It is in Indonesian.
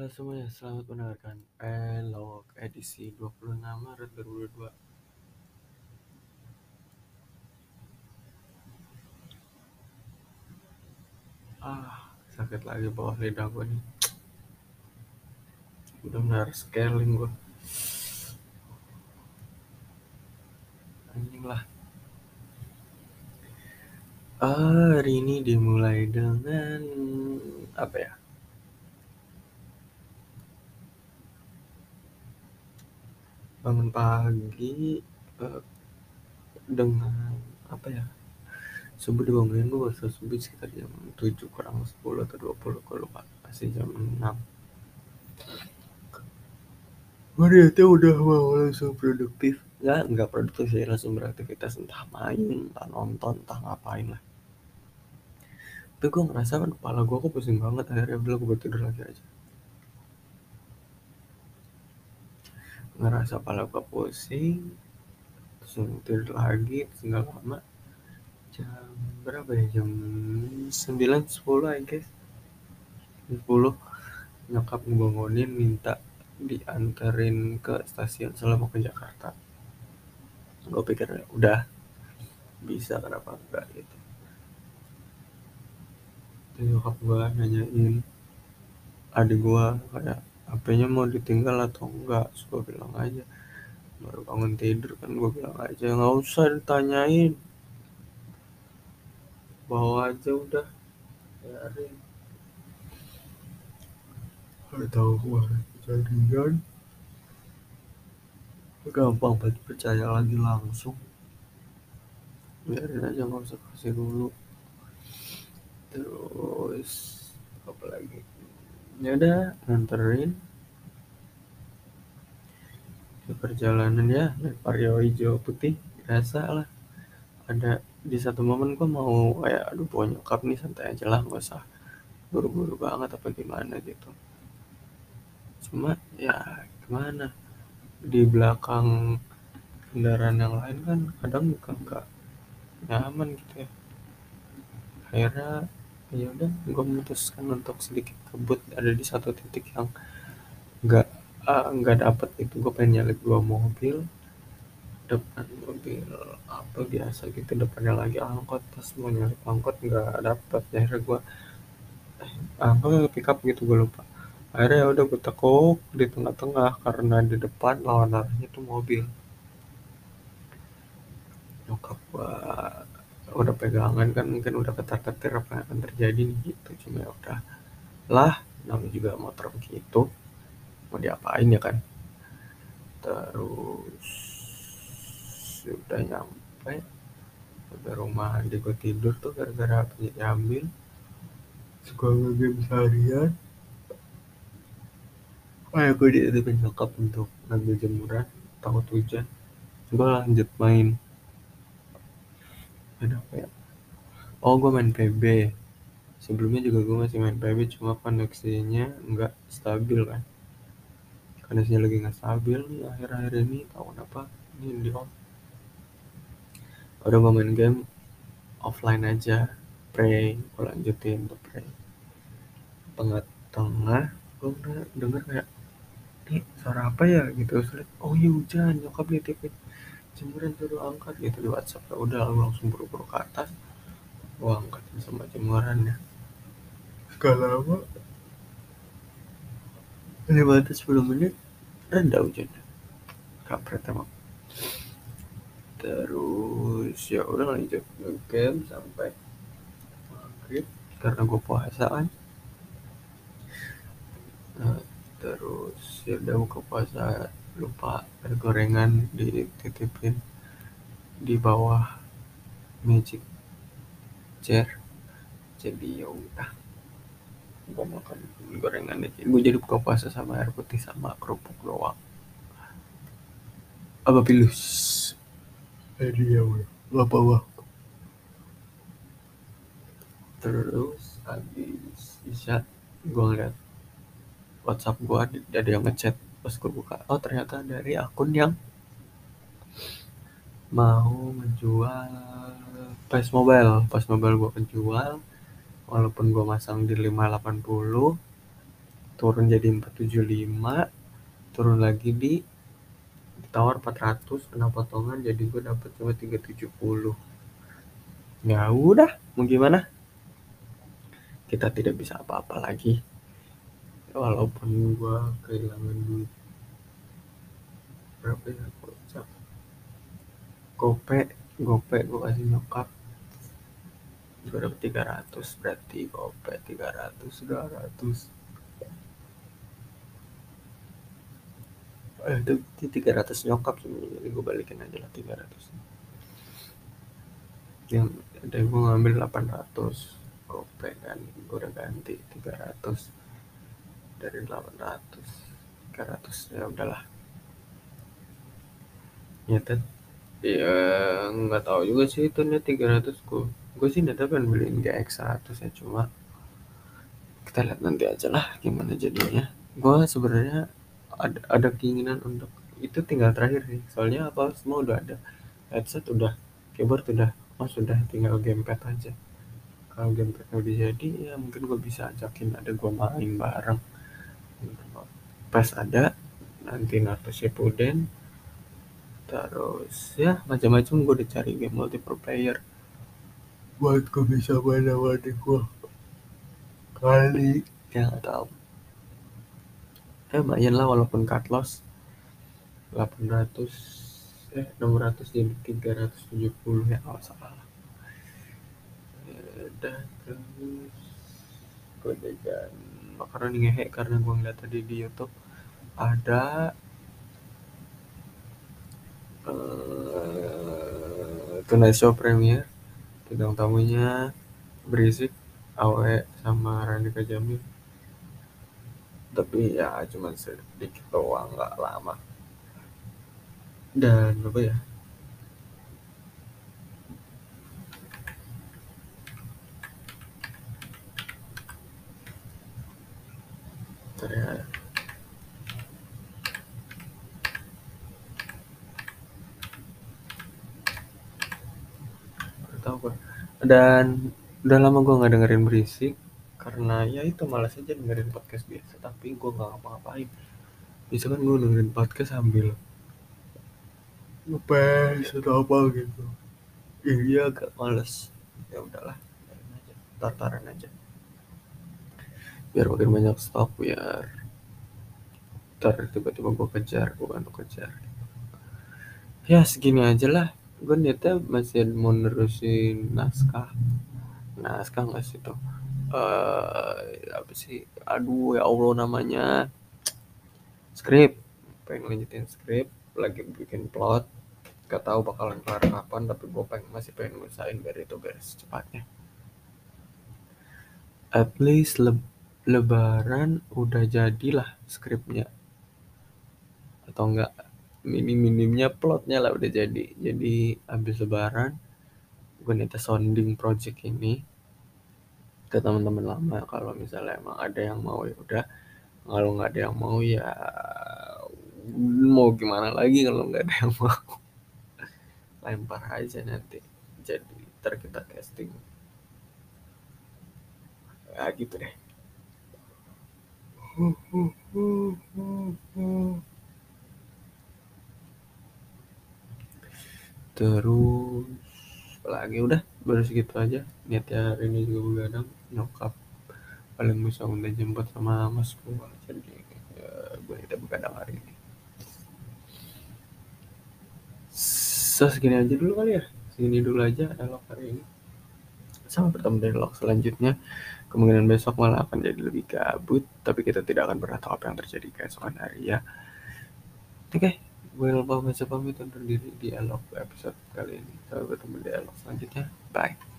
Semuanya, selamat mendengarkan Elok edisi 26 Maret 2022. Sakit lagi bawah lidah gue nih. Benar-benar scaling gue. Anjing lah. Hari ini dimulai dengan apa ya? Bangun pagi dengan apa ya? Subuh dibangunin gue baru subuh sekitar jam 7 kurang 10 atau 20, gue lupa. Masih jam 6. Gue ternyata udah mau langsung produktif. Nggak produktif sih, langsung beraktivitas, entah main, entah nonton, entah ngapain lah. Tapi gue ngerasa kan kepala gue kok pusing banget. Akhirnya udah gue tidur lagi aja. Ngerasa kepala gue pusing, terus tidur lagi. Terus gak lama, jam berapa ya, jam 9, 10 I guess, 10 nyokap ngebangunin minta dianterin ke stasiun selama ke Jakarta. Gue pikir udah bisa, kenapa enggak gitu. Terus nyokap gue nanyain adik gue kayak HP-nya mau ditinggal atau enggak. Terus gue bilang aja, baru bangun tidur kan, gue bilang aja nggak usah ditanyain, bawa aja udah, biarin. Gak tahu gue kejadian, gampang banget percaya lagi langsung. Biarin aja, nggak usah kasih dulu. Terus apa lagi, ya udah nganterin di perjalanan ya, naik Vario hijau putih biasa lah. Ada di satu momen gue mau kayak aduh bawa nyokap nih, santai aja lah, nggak usah buru-buru banget apa gimana gitu. Cuma ya gimana, di belakang kendaraan yang lain kan kadang juga nggak nyaman gitu ya. Akhirnya ya udah, gue memutuskan untuk sedikit kebut. Ada di satu titik yang nggak nggak dapet itu. Gue pengen nyalip dua mobil, depan mobil apa biasa gitu, depannya lagi angkot. Pas mau nyalip angkot nggak dapet. Akhirnya gue angkot pick up gitu, gue lupa. Akhirnya ya udah gue tekuk di tengah-tengah karena di depan lawan arahnya tuh mobil. Nyokap gua udah pegangan kan, mungkin udah ketar-ketir apa yang akan terjadi nih gitu. Cuma ya udah lah, namanya juga motor begitu, mau diapain ya kan. Terus sudah nyampe sampai rumah, adik gue tidur tuh gara-gara punya diambil. Suka game seharian. Gue dititipin nyokap untuk ngambil jemuran, takut hujan. Gue lanjut main apa ya, gue main PB. Sebelumnya juga gue masih main PB, cuma koneksinya nggak stabil kan. Koneksinya lagi nggak stabil nih akhir-akhir ini, tahu kenapa ini di off. Udah gue main game offline aja, Prey. Gue lanjutin tuh Prey. Tengah-tengah gue denger kayak, nih suara apa ya gitu. Terus oh iya hujan, nyokap nitipin jemuran suruh angkat gitu di WhatsApp. Ya udah, gue langsung buru-buru ke atas, gue angkatin sama jemurannya. Gak lama, 5-10 menit reda hujannya, kampret emang. Terus ya udah lanjut game sampai maghrib karena gue puasa kan. Nah, terus ya udah buka puasa, lupa ada gorengan dititipin di bawah magic chair. Jadi ya udah, gue makan gorengan aja. Gue jadi buka puasa sama air putih sama kerupuk doang. Apa pilus? Jadi ya udah, gak apa-apa. Terus habis isya gue ngeliat WhatsApp gue ada yang ngechat. Pas gue buka, oh ternyata dari akun yang mau menjual PES Mobile. PES Mobile gue kejual, walaupun gue masang di 580, turun jadi 475, turun lagi ditawar 400, kena potongan, jadi gue dapet cuma 370. Ya udah, mau gimana, kita tidak bisa apa-apa lagi. Walaupun gue kehilangan duit berapa ya, kocak, gope gue kasih nyokap, gue dapet 300, berarti gope 300, 200. Itu 300 nyokap sebenarnya, jadi gue balikin aja lah 300. Yang ada gue ngambil 800 gope kan, gue udah ganti 300 dari 800, 300 ya udahlah. Nyata ya nggak tahu juga sih itu nih 300. Gue sih nyata pengen beliin GX100 ya, cuma kita lihat nanti aja lah gimana jadinya. Gue sebenarnya ada keinginan untuk itu, tinggal terakhir sih, soalnya apa semua udah ada, headset udah, keyboard udah, mouse udah, tinggal gamepad aja. Kalau gamepadnya udah jadi ya mungkin gue bisa ajakin ada gue main bareng. Pas ada nanti Naruto Shippuden, terus ya macam-macam gue udah cari game multiplayer player buat gue bisa main sama adik gue kali ya, nggak tahu. Lumayan lah walaupun cut loss 800, 600 jadi 370 ya kalau salah. Udah terus gue jajan makanan ngehe karena gue ngeliat tadi di YouTube ada Tonight Show Premiere, bintang tamunya berisik, Awe sama Randika Jamil, tapi ya cuma sedikit doang, nggak lama. Dan apa ya, saya nggak tahu gue. Dan udah lama gue nggak dengerin berisik karena ya itu malas aja dengerin podcast biasa, tapi gue nggak ngapa-ngapain. Bisa kan gue dengerin podcast sambil ngepes atau apa gitu, iya agak males. Ya udahlah, biarin aja, tartaran aja biar makin banyak stok, biar ntar tiba-tiba gue kejar, gue bantu kejar. Ya segini aja lah, gue niatnya masih mau nerusin naskah nggak sih tuh, apa sih, aduh ya Allah namanya, skrip. Pengen lanjutin skrip, lagi bikin plot, gak tahu bakalan kelar kapan, tapi gue masih pengen ngusahain biar itu beres cepatnya. At least lebaran udah jadilah skripnya, atau enggak minim-minimnya plotnya lah udah jadi habis lebaran gue nita sounding project ini ke teman-teman lama, kalau misalnya emang ada yang mau ya udah, kalau nggak ada yang mau ya mau gimana lagi, kalau nggak ada yang mau lempar aja nanti, jadi ntar kita casting ya gitu deh. Terus lagi udah baru segitu aja, niatnya hari ini juga begadang, nyokap paling bisa minta jemput sama mas gua, jadi gue tidak begadang hari ini. Segini aja dulu kali ya, segini dulu aja dialog hari ini. Sampai bertemu di dialog selanjutnya. Kemungkinan besok malah akan jadi lebih gabut, tapi kita tidak akan pernah tahu apa yang terjadi keesokan hari ya. Oke, gue lupa baca pamit undur diri di dialog episode kali ini. Sampai bertemu di dialog selanjutnya. Bye.